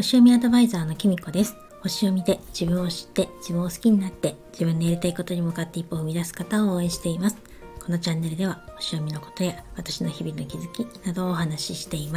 星読みアドバイザーのきみこです。星読みで自分を知って自分を好きになって自分のやりたいことに向かって一歩を踏み出す方を応援しています。このチャンネルでは星読みのことや私の日々の気づきなどをお話ししています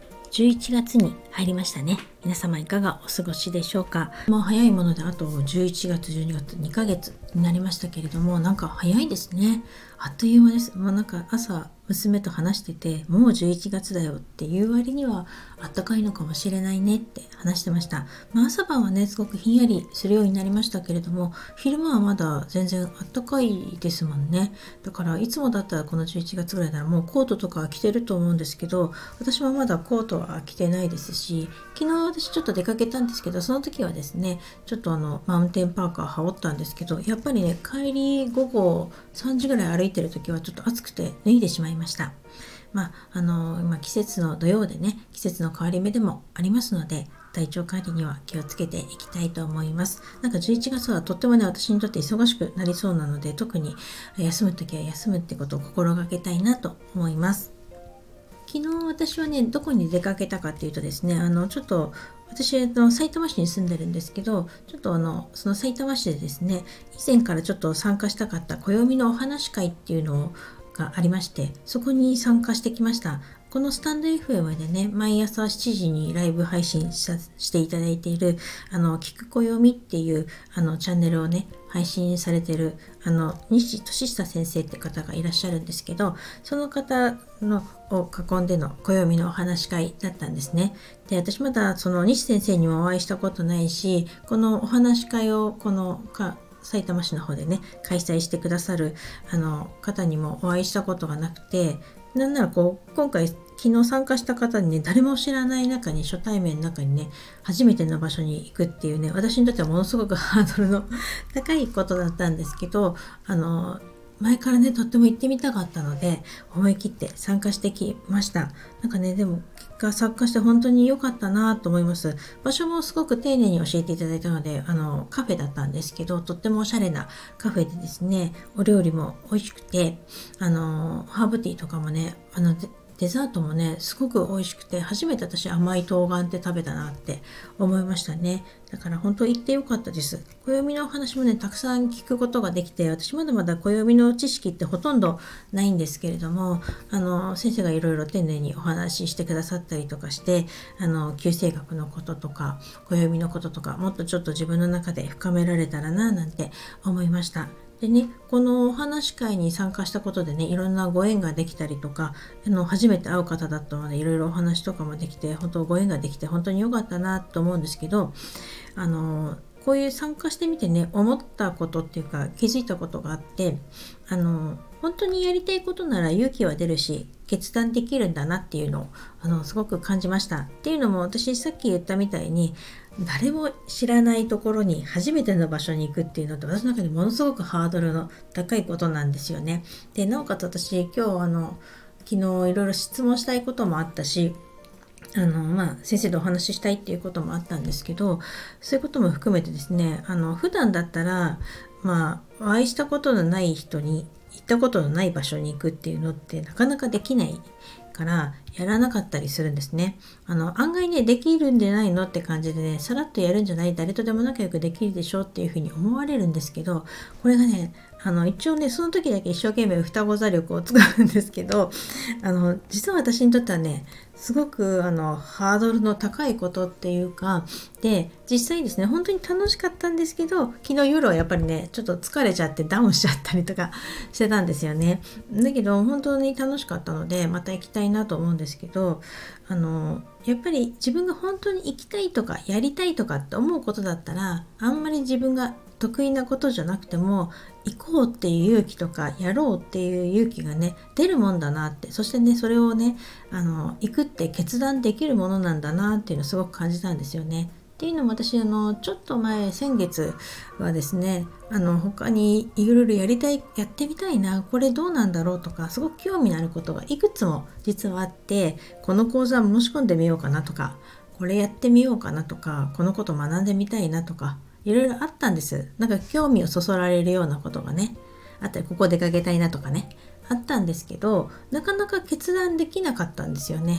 。11月に入りましたね。皆様いかがお過ごしでしょうか。もう早いものであと11月12月2ヶ月になりましたけれども、なんか早いですね。あっという間です。なんか朝娘と話してて、もう11月だよっていう割にはあったかいのかもしれないねって話してました。朝晩はねすごくひんやりするようになりましたけれども、昼間はまだ全然あったかいですもんね。だからいつもだったらこの11月ぐらいならもうコートとかは着てると思うんですけど、私はまだコートは着てないですし、昨日私ちょっと出かけたんですけど、その時はですねちょっとマウンテンパーカー羽織ったんですけど、やっぱりね帰り午後3時ぐらい歩いてる時はちょっと暑くて脱いでしまいました。今季節の土曜でね、季節の変わり目でもありますので、体調管理には気をつけていきたいと思います。なんか11月はとってもね私にとって忙しくなりそうなので、特に休む時は休むってことを心がけたいなと思います。昨日私はねどこに出かけたかっていうとですね、ちょっと私さいたま市に住んでるんですけど、ちょっとそのさいたま市でですね、以前からちょっと参加したかった暦のお話会っていうのがありまして、そこに参加してきました。このスタンド FM でね毎朝7時にライブ配信していただいている聞く暦っていうチャンネルをね配信されている西俊久先生って方がいらっしゃるんですけど、その方のを囲んでの暦のお話し会だったんですね。で、私まだその西先生にもお会いしたことないし、このお話し会をさいたま市の方でね開催してくださる方にもお会いしたことがなくて、なんなら今回昨日参加した方にね誰も知らない中に、初対面の中にね初めての場所に行くっていうね、私にとってはものすごくハードルの高いことだったんですけど、前からねとっても行ってみたかったので思い切って参加してきました。なんかねでも結果参加して本当に良かったなと思います。場所もすごく丁寧に教えていただいたので、カフェだったんですけど、とってもおしゃれなカフェでですね、お料理も美味しくて、ハーブティーとかもねデザートもねすごく美味しくて、初めて私甘い冬瓜って食べたなって思いましたね。だから本当行ってよかったです。暦のお話もねたくさん聞くことができて、私まだまだ暦の知識ってほとんどないんですけれども、先生がいろいろ丁寧にお話ししてくださったりとかして、九星学のこととか暦のこととかもっとちょっと自分の中で深められたらななんて思いました。でね、このお話会に参加したことでねいろんなご縁ができたりとか、初めて会う方だったのでいろいろお話とかもできて、本当ご縁ができて本当に良かったなと思うんですけど、こういう参加してみてね思ったことっていうか気づいたことがあって、本当にやりたいことなら勇気は出るし決断できるんだなっていうのをすごく感じました。っていうのも、私さっき言ったみたいに誰も知らないところに初めての場所に行くっていうのって私の中でものすごくハードルの高いことなんですよね。でなおかつ私今日昨日いろいろ質問したいこともあったし、先生とお話ししたいっていうこともあったんですけど、そういうことも含めてですね、普段だったらお会いしたことのない人に行ったことのない場所に行くっていうのってなかなかできないからやらなかったりするんですね。案外ねできるんじゃないのって感じでね、さらっとやるんじゃない、誰とでも仲良くできるでしょっていうふうに思われるんですけど、これがね一応ねその時だけ一生懸命双子座力を使うんですけど、実は私にとってはねすごくハードルの高いことっていうかで、実際ですね本当に楽しかったんですけど、昨日夜はやっぱりねちょっと疲れちゃってダウンしちゃったりとかしてたんですよね。だけど本当に楽しかったのでまた行きたいなと思うんですけど、やっぱり自分が本当に行きたいとかやりたいとかって思うことだったら、あんまり自分が得意なことじゃなくても行こうっていう勇気とかやろうっていう勇気がね出るもんだなって、そしてねそれをね行くって決断できるものなんだなっていうのをすごく感じたんですよね。っていうのも私ちょっと前先月はですね他にいろいろやってみたいな、これどうなんだろうとかすごく興味のあることがいくつも実はあって、この講座申し込んでみようかなとか、これやってみようかなとか、このこと学んでみたいなとかいろいろあったんです。なんか興味をそそられるようなことがねあったり、ここ出かけたいなとかねあったんですけど、なかなか決断できなかったんですよね。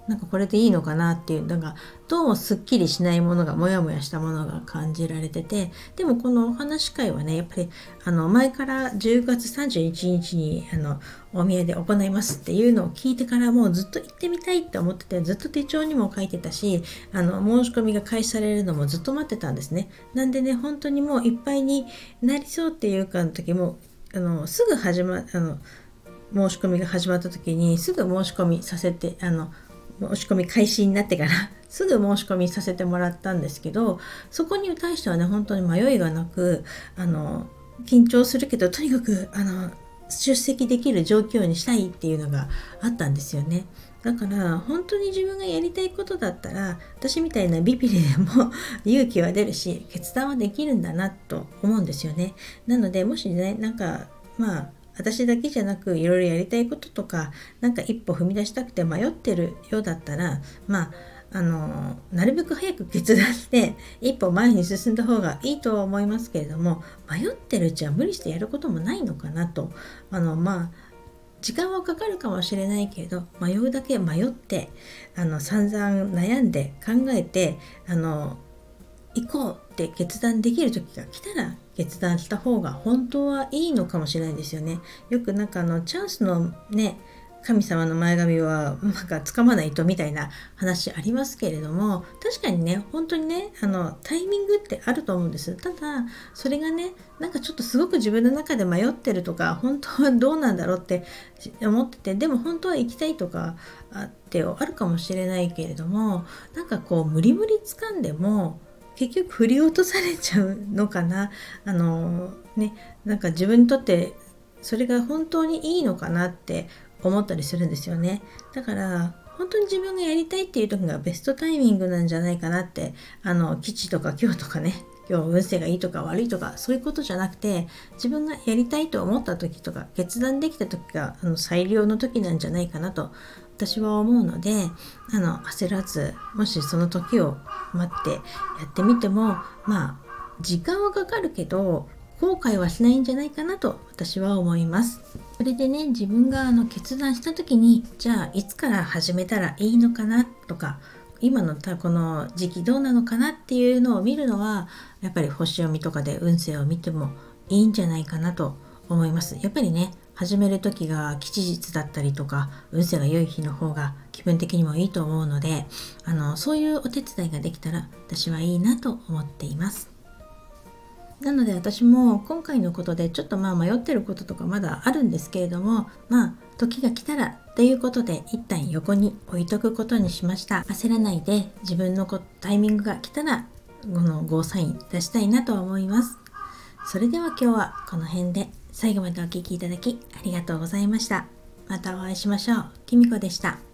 なんかこれでいいのかなっていう、なんかどうもすっきりしないものが、モヤモヤしたものが感じられてて、でもこのお話し会はね、やっぱり前から10月31日にお見合いで行いますっていうのを聞いてから、もうずっと行ってみたいって思ってて、ずっと手帳にも書いてたし、申し込みが開始されるのもずっと待ってたんですね。なんでね、本当にもういっぱいになりそうっていうかの時も、すぐ申し込みが始まった時にすぐ申し込みさせて、申し込み開始になってからすぐ申し込みさせてもらったんですけど、そこに対してはね、本当に迷いがなく、緊張するけどとにかく出席できる状況にしたいっていうのがあったんですよね。だから本当に自分がやりたいことだったら、私みたいなビビリでも勇気は出るし、決断はできるんだなと思うんですよね。なのでもしね、なんか私だけじゃなくいろいろやりたいこととか、なんか一歩踏み出したくて迷ってるようだったら、なるべく早く決断して一歩前に進んだ方がいいとは思いますけれども、迷ってるうちは無理してやることもないのかなと。時間はかかるかもしれないけれど、迷うだけ迷って散々悩んで考えて行こうって決断できる時が来たら決断した方が本当はいいのかもしれないですよね。よくなんかチャンスのね、神様の前髪はなんか掴まないとみたいな話ありますけれども、確かにね、本当にね、タイミングってあると思うんです。ただそれがね、なんかちょっとすごく自分の中で迷ってるとか、本当はどうなんだろうって思ってて、でも本当は行きたいとかあるかもしれないけれども、なんかこう無理無理掴んでも結局振り落とされちゃうのかな。なんか自分にとってそれが本当にいいのかなって思ったりするんですよね。だから本当に自分がやりたいっていう時がベストタイミングなんじゃないかなって、吉とか今日とかね、今日運勢がいいとか悪いとかそういうことじゃなくて、自分がやりたいと思った時とか決断できた時が最良の時なんじゃないかなと私は思うので、焦らず、もしその時を待ってやってみても、時間はかかるけど後悔はしないんじゃないかなと私は思います。それでね、自分が決断した時に、じゃあいつから始めたらいいのかなとか、今のこの時期どうなのかなっていうのを見るのは、やっぱり星読みとかで運勢を見てもいいんじゃないかなと思います。やっぱりね、始める時が吉日だったりとか運勢が良い日の方が気分的にもいいと思うので、そういうお手伝いができたら私はいいなと思っています。なので私も今回のことでちょっと迷ってることとかまだあるんですけれども、時が来たらっていうことで一旦横に置いとくことにしました。焦らないで自分のタイミングが来たらこのゴーサイン出したいなと思います。それでは今日はこの辺で、最後までお聞きいただきありがとうございました。またお会いしましょう。きみこでした。